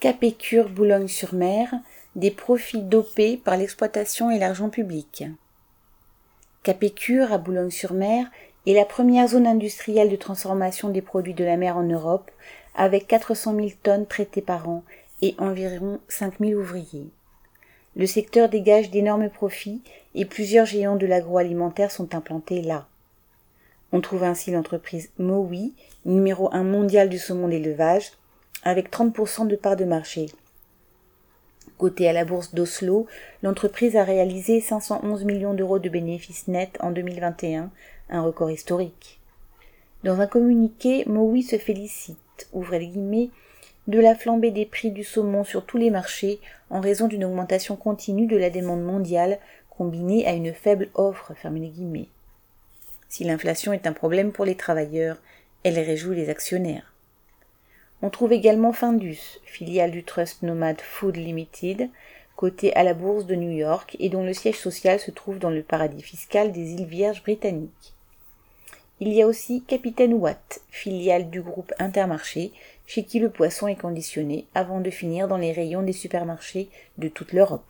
Capécure Boulogne-sur-Mer, des profits dopés par l'exploitation et l'argent public. Capécure, à Boulogne-sur-Mer, est la première zone industrielle de transformation des produits de la mer en Europe, avec 400 000 tonnes traitées par an et environ 5 000 ouvriers. Le secteur dégage d'énormes profits et plusieurs géants de l'agroalimentaire sont implantés là. On trouve ainsi l'entreprise Mowi, numéro 1 mondial du saumon d'élevage, avec 30% de part de marché. Cotée à la bourse d'Oslo, l'entreprise a réalisé 511 millions d'euros de bénéfices nets en 2021, un record historique. Dans un communiqué, Mowi se félicite, ouvrez les guillemets, de la flambée des prix du saumon sur tous les marchés en raison d'une augmentation continue de la demande mondiale combinée à une faible offre, fermez les guillemets. Si l'inflation est un problème pour les travailleurs, elle réjouit les actionnaires. On trouve également Findus, filiale du Trust Nomad Food Limited, cotée à la bourse de New York et dont le siège social se trouve dans le paradis fiscal des îles Vierges britanniques. Il y a aussi Capitaine Watt, filiale du groupe Intermarché, chez qui le poisson est conditionné avant de finir dans les rayons des supermarchés de toute l'Europe.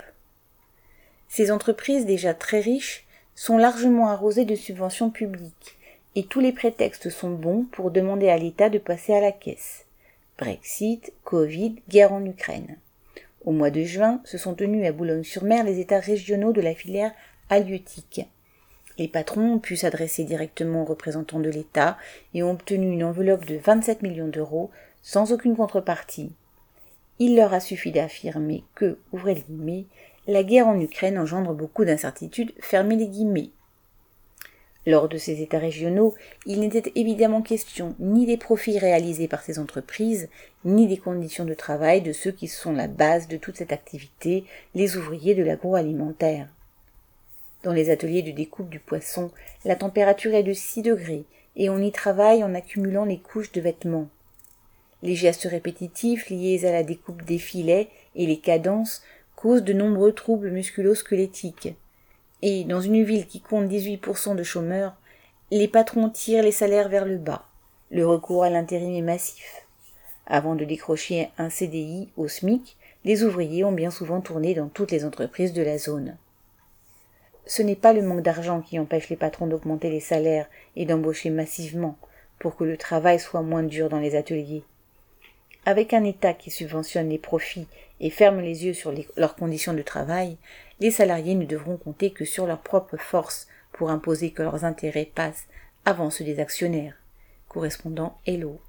Ces entreprises déjà très riches sont largement arrosées de subventions publiques et tous les prétextes sont bons pour demander à l'État de passer à la caisse. Brexit, Covid, guerre en Ukraine. Au mois de juin, se sont tenus à Boulogne-sur-Mer les états régionaux de la filière halieutique. Les patrons ont pu s'adresser directement aux représentants de l'État et ont obtenu une enveloppe de 27 millions d'euros sans aucune contrepartie. Il leur a suffi d'affirmer que, ouvrez les guillemets, la guerre en Ukraine engendre beaucoup d'incertitudes, fermez les guillemets. Lors de ces états régionaux, il n'était évidemment question ni des profits réalisés par ces entreprises, ni des conditions de travail de ceux qui sont la base de toute cette activité, les ouvriers de l'agroalimentaire. Dans les ateliers de découpe du poisson, la température est de 6 degrés et on y travaille en accumulant les couches de vêtements. Les gestes répétitifs liés à la découpe des filets et les cadences causent de nombreux troubles musculo-squelettiques. Et dans une ville qui compte 18% de chômeurs, les patrons tirent les salaires vers le bas. Le recours à l'intérim est massif. Avant de décrocher un CDI au SMIC, les ouvriers ont bien souvent tourné dans toutes les entreprises de la zone. Ce n'est pas le manque d'argent qui empêche les patrons d'augmenter les salaires et d'embaucher massivement pour que le travail soit moins dur dans les ateliers. Avec un État qui subventionne les profits et ferme les yeux sur leurs conditions de travail, les salariés ne devront compter que sur leur propre force pour imposer que leurs intérêts passent avant ceux des actionnaires. Correspondant Hello.